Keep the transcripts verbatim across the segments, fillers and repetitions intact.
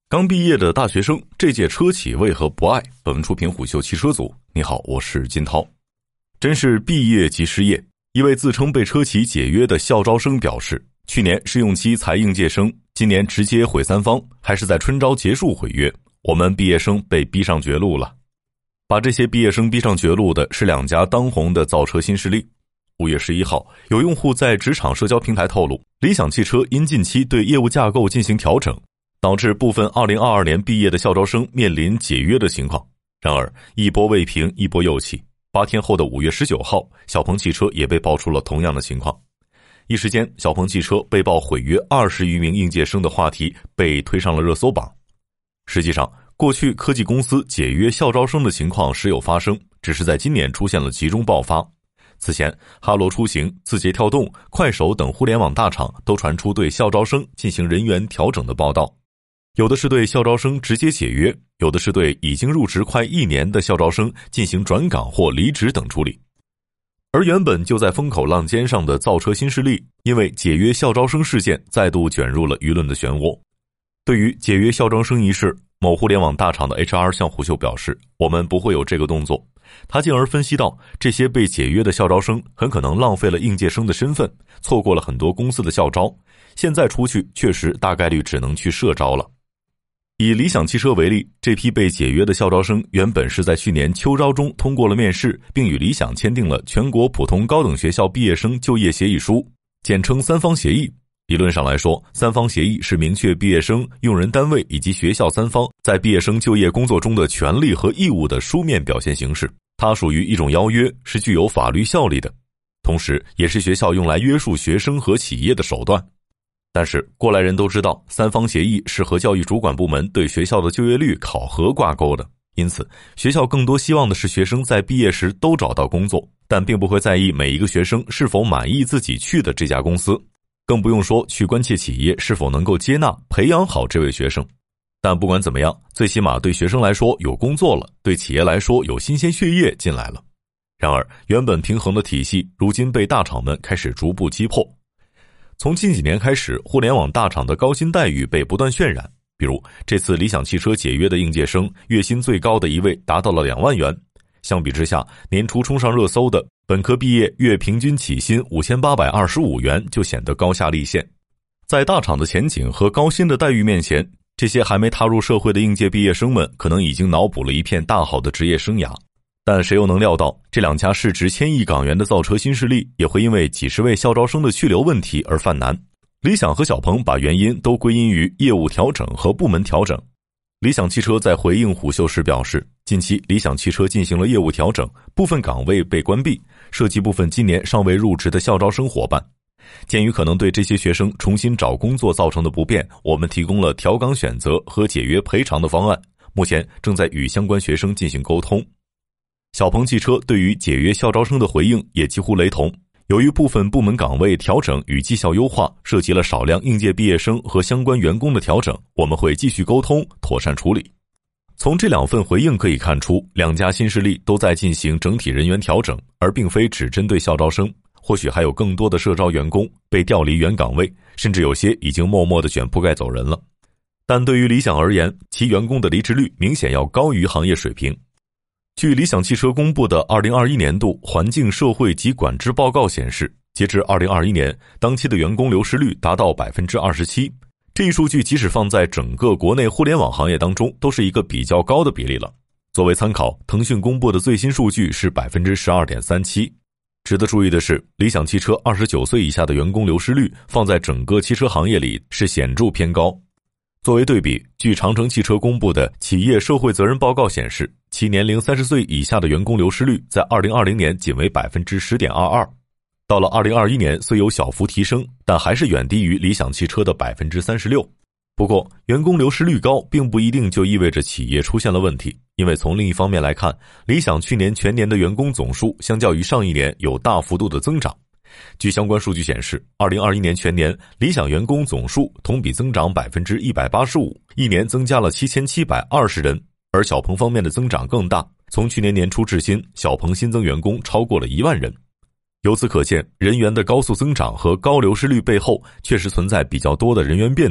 刚毕业的大学生，这届车企为何不爱？本文出品虎嗅汽车组。你好，我是金涛。真是毕业即失业。一位自称被车企解约的校招生表示，去年试用期才应届生，今年直接毁三方，还是在春招结束毁约。我们毕业生被逼上绝路了。把这些毕业生逼上绝路的是两家当红的造车新势力。五月十一号，有用户在职场社交平台透露，理想汽车因近期对业务架构进行调整，导致部分二零二二年毕业的校招生面临解约的情况。然而一波未平一波又起，八天后的五月十九号，小鹏汽车也被爆出了同样的情况。一时间，小鹏汽车被曝毁约二十余名应届生的话题被推上了热搜榜。实际上，过去科技公司解约校招生的情况时有发生，只是在今年出现了集中爆发。此前，哈罗出行、字节跳动、快手等互联网大厂都传出对校招生进行人员调整的报道。有的是对校招生直接解约，有的是对已经入职快一年的校招生进行转岗或离职等处理。而原本就在风口浪尖上的造车新势力，因为解约校招生事件再度卷入了舆论的漩涡。对于解约校招生一事，某互联网大厂的 H R 向虎嗅表示，我们不会有这个动作。他进而分析到，这些被解约的校招生很可能浪费了应届生的身份，错过了很多公司的校招，现在出去确实大概率只能去社招了。以理想汽车为例，这批被解约的校招生原本是在去年秋招中通过了面试，并与理想签订了全国普通高等学校毕业生就业协议书，简称三方协议。理论上来说，三方协议是明确毕业生、用人单位以及学校三方在毕业生就业工作中的权利和义务的书面表现形式，它属于一种邀约，是具有法律效力的，同时也是学校用来约束学生和企业的手段。但是过来人都知道，三方协议是和教育主管部门对学校的就业率考核挂钩的，因此学校更多希望的是学生在毕业时都找到工作，但并不会在意每一个学生是否满意自己去的这家公司，更不用说去关切企业是否能够接纳培养好这位学生。但不管怎么样，最起码对学生来说有工作了，对企业来说有新鲜血液进来了。然而原本平衡的体系如今被大厂们开始逐步击破。从近几年开始，互联网大厂的高薪待遇被不断渲染，比如这次理想汽车解约的应届生，月薪最高的一位达到了两万元。相比之下，年初冲上热搜的本科毕业月平均起薪五千八百二十五元就显得高下立现。在大厂的前景和高薪的待遇面前，这些还没踏入社会的应届毕业生们可能已经脑补了一片大好的职业生涯。但谁又能料到，这两家市值千亿港元的造车新势力也会因为几十位校招生的去留问题而犯难。理想和小鹏把原因都归因于业务调整和部门调整。理想汽车在回应虎嗅时表示，近期理想汽车进行了业务调整，部分岗位被关闭，涉及部分今年尚未入职的校招生伙伴。鉴于可能对这些学生重新找工作造成的不便，我们提供了调岗选择和解约赔偿的方案，目前正在与相关学生进行沟通。小鹏汽车对于解约校招生的回应也几乎雷同，由于部分部门岗位调整与绩效优化涉及了少量应届毕业生和相关员工的调整，我们会继续沟通，妥善处理。从这两份回应可以看出，两家新势力都在进行整体人员调整，而并非只针对校招生，或许还有更多的社招员工被调离原岗位，甚至有些已经默默地卷铺盖走人了。但对于理想而言，其员工的离职率明显要高于行业水平。据理想汽车公布的二零二一年度环境社会及管制报告显示，截至二零二一年，当期的员工流失率达到 百分之二十七， 这一数据即使放在整个国内互联网行业当中都是一个比较高的比例了。作为参考，腾讯公布的最新数据是 百分之十二点三七。 值得注意的是，理想汽车二十九岁以下的员工流失率放在整个汽车行业里是显著偏高。作为对比，据长城汽车公布的企业社会责任报告显示，其年龄三十岁以下的员工流失率在二零二零年仅为 百分之十点二二， 到了二零二一年虽有小幅提升，但还是远低于理想汽车的 百分之三十六。 不过员工流失率高并不一定就意味着企业出现了问题，因为从另一方面来看，理想去年全年的员工总数相较于上一年有大幅度的增长。据相关数据显示，二零二一年全年理想员工总数同比增长 百分之一百八十五， 一年增加了七千七百二十人。而小鹏方面的增长更大，从去年年初至今，小鹏新增员工超过了一万人。由此可见，人员的高速增长和高流失率背后确实存在比较多的人员变动，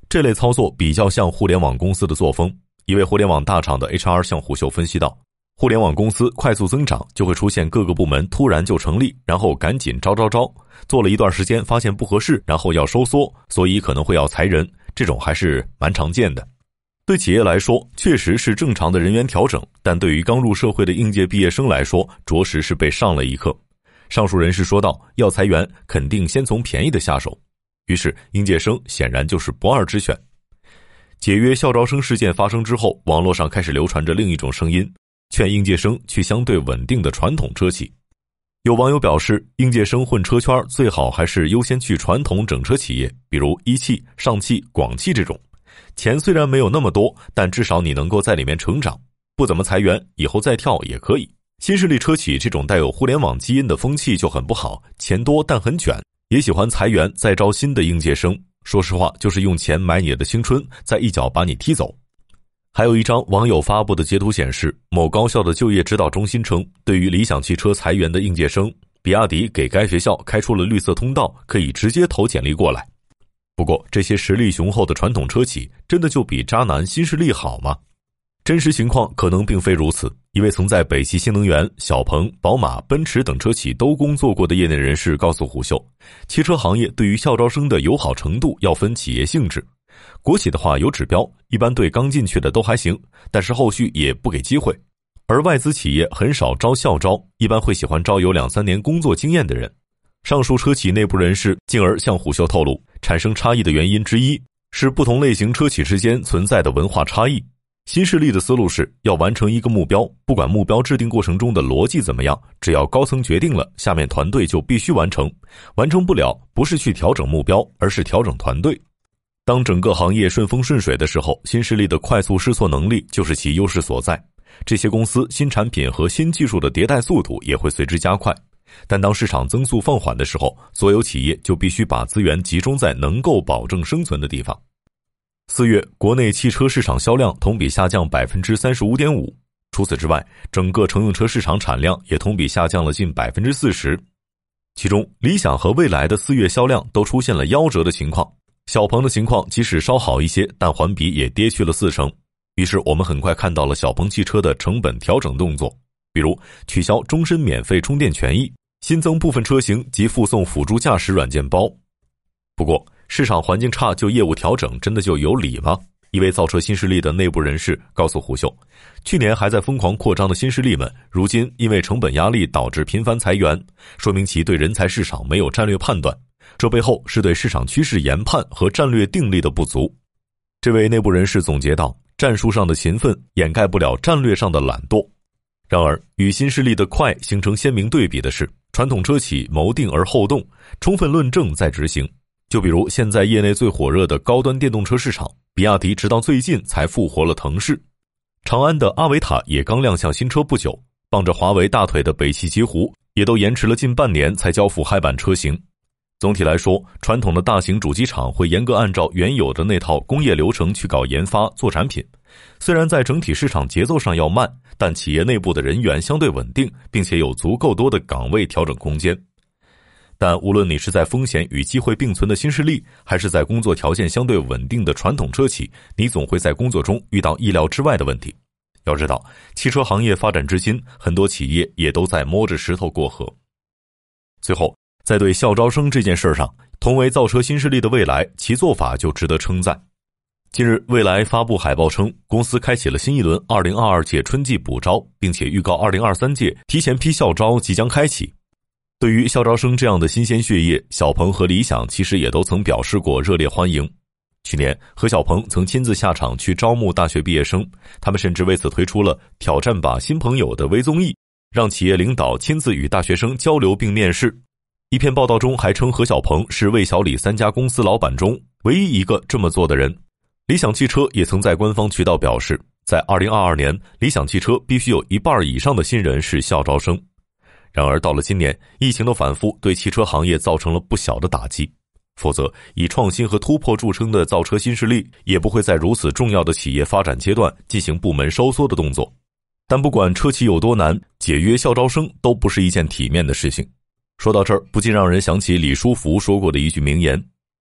这类操作比较像互联网公司的作风。一位互联网大厂的 H R 向虎嗅分析道，互联网公司快速增长，就会出现各个部门突然就成立，然后赶紧招招招，做了一段时间发现不合适，然后要收缩，所以可能会要裁人，这种还是蛮常见的。对企业来说，确实是正常的人员调整，但对于刚入社会的应届毕业生来说，着实是被上了一课。上述人士说道，要裁员肯定先从便宜的下手，于是应届生显然就是不二之选。解约校招生事件发生之后，网络上开始流传着另一种声音，劝应届生去相对稳定的传统车企。有网友表示，应届生混车圈最好还是优先去传统整车企业，比如一汽、上汽、广汽这种。钱虽然没有那么多，但至少你能够在里面成长，不怎么裁员，以后再跳也可以。新势力车企这种带有互联网基因的风气就很不好，钱多但很卷，也喜欢裁员再招新的应届生。说实话，就是用钱买你的青春，再一脚把你踢走。还有一张网友发布的截图显示，某高校的就业指导中心称，对于理想汽车裁员的应届生，比亚迪给该学校开出了绿色通道，可以直接投简历过来。不过，这些实力雄厚的传统车企，真的就比渣男新势力好吗？真实情况可能并非如此。一位曾在北汽新能源、小鹏、宝马、奔驰等车企都工作过的业内人士告诉虎嗅，汽车行业对于校招生的友好程度要分企业性质。国企的话有指标，一般对刚进去的都还行，但是后续也不给机会。而外资企业很少招校招，一般会喜欢招有两三年工作经验的人。上述车企内部人士进而向虎嗅透露，产生差异的原因之一是不同类型车企之间存在的文化差异。新势力的思路是要完成一个目标，不管目标制定过程中的逻辑怎么样，只要高层决定了，下面团队就必须完成。完成不了，不是去调整目标，而是调整团队。当整个行业顺风顺水的时候，新势力的快速试错能力就是其优势所在。这些公司新产品和新技术的迭代速度也会随之加快。但当市场增速放缓的时候，所有企业就必须把资源集中在能够保证生存的地方。四月，国内汽车市场销量同比下降 百分之三十五点五。 除此之外，整个乘用车市场产量也同比下降了近 百分之四十。 其中，理想和蔚来的四月销量都出现了夭折的情况，小鹏的情况即使稍好一些，但环比也跌去了四成。于是我们很快看到了小鹏汽车的成本调整动作，比如取消终身免费充电权益，新增部分车型及附送辅助驾驶软件包。不过市场环境差就业务调整，真的就有理吗？一位造车新势力的内部人士告诉虎嗅，去年还在疯狂扩张的新势力们，如今因为成本压力导致频繁裁员，说明其对人才市场没有战略判断，这背后是对市场趋势研判和战略定力的不足。这位内部人士总结道，战术上的勤奋掩盖不了战略上的懒惰。然而，与新势力的快形成鲜明对比的是，传统车企谋定而后动，充分论证再执行。就比如现在业内最火热的高端电动车市场，比亚迪直到最近才复活了腾势。长安的阿维塔也刚亮相新车不久，傍着华为大腿的北汽极狐也都延迟了近半年才交付嗨版车型。总体来说，传统的大型主机厂会严格按照原有的那套工业流程去搞研发做产品，虽然在整体市场节奏上要慢，但企业内部的人员相对稳定，并且有足够多的岗位调整空间。但无论你是在风险与机会并存的新势力，还是在工作条件相对稳定的传统车企，你总会在工作中遇到意料之外的问题。要知道，汽车行业发展至今，很多企业也都在摸着石头过河。最后，在对校招生这件事上，同为造车新势力的蔚来，其做法就值得称赞。近日，蔚来发布海报称，公司开启了新一轮二零二二届春季补招，并且预告二零二三届提前批校招即将开启。对于校招生这样的新鲜血液，小鹏和理想其实也都曾表示过热烈欢迎。去年，何小鹏曾亲自下场去招募大学毕业生，他们甚至为此推出了挑战吧新朋友的微综艺，让企业领导亲自与大学生交流并面试。一篇报道中还称何小鹏是魏小李三家公司老板中唯一一个这么做的人。理想汽车也曾在官方渠道表示，在二零二二年，理想汽车必须有一半以上的新人是校招生。然而到了今年，疫情的反复对汽车行业造成了不小的打击，否则以创新和突破著称的造车新势力也不会在如此重要的企业发展阶段进行部门收缩的动作。但不管车企有多难，解约校招生都不是一件体面的事情。说到这儿，不禁让人想起李书福说过的一句名言，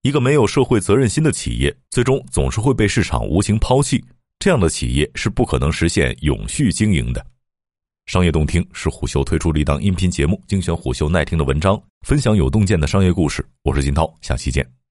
一个没有社会责任心的企业，最终总是会被市场无情抛弃，这样的企业是不可能实现永续经营的。商业洞听是虎嗅推出的一档音频节目，精选虎嗅耐听的文章，分享有洞见的商业故事。我是金涛，下期见。